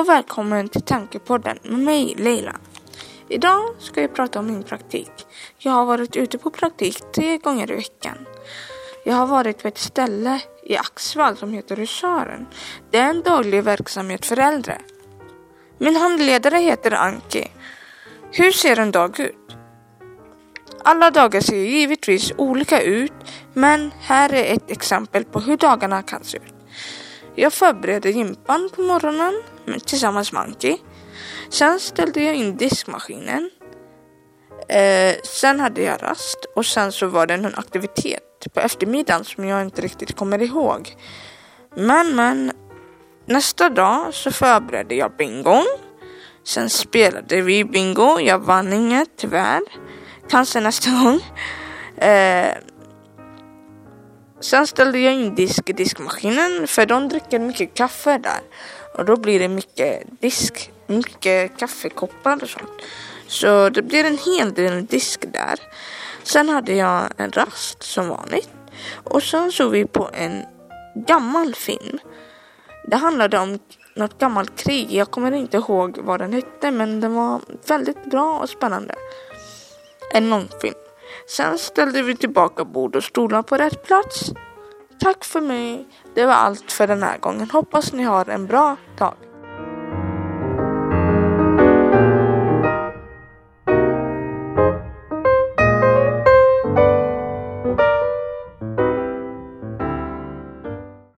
och välkommen till Tankepodden med mig, Leila. Idag ska jag prata om min praktik. Jag har varit ute på praktik 3 gånger i veckan. Jag har varit på ett ställe i Axvall som heter Husaren. Det är en daglig verksamhet för äldre. Min handledare heter Anki. Hur ser en dag ut? Alla dagar ser givetvis olika ut, men här är ett exempel på hur dagarna kan se ut. Jag förberedde gympan på morgonen tillsammans med Anki. Sen ställde jag in diskmaskinen. Sen hade jag rast och sen så var det en aktivitet på eftermiddagen som jag inte riktigt kommer ihåg. Men nästa dag så förberedde jag bingon. Sen spelade vi bingo. Jag vann inget tyvärr. Kanske nästa gång. Sen ställde jag in disk i diskmaskinen. För de dricker mycket kaffe där. Och då blir det mycket kaffekoppar och sånt. Så det blir en hel del disk där. Sen hade jag en rast som vanligt. Och sen såg vi på en gammal film. Det handlade om något gammalt krig. Jag kommer inte ihåg vad den hette, men den var väldigt bra och spännande. En långfilm. Sen ställde vi tillbaka bord och stolar på rätt plats. Tack för mig. Det var allt för den här gången. Hoppas ni har en bra dag.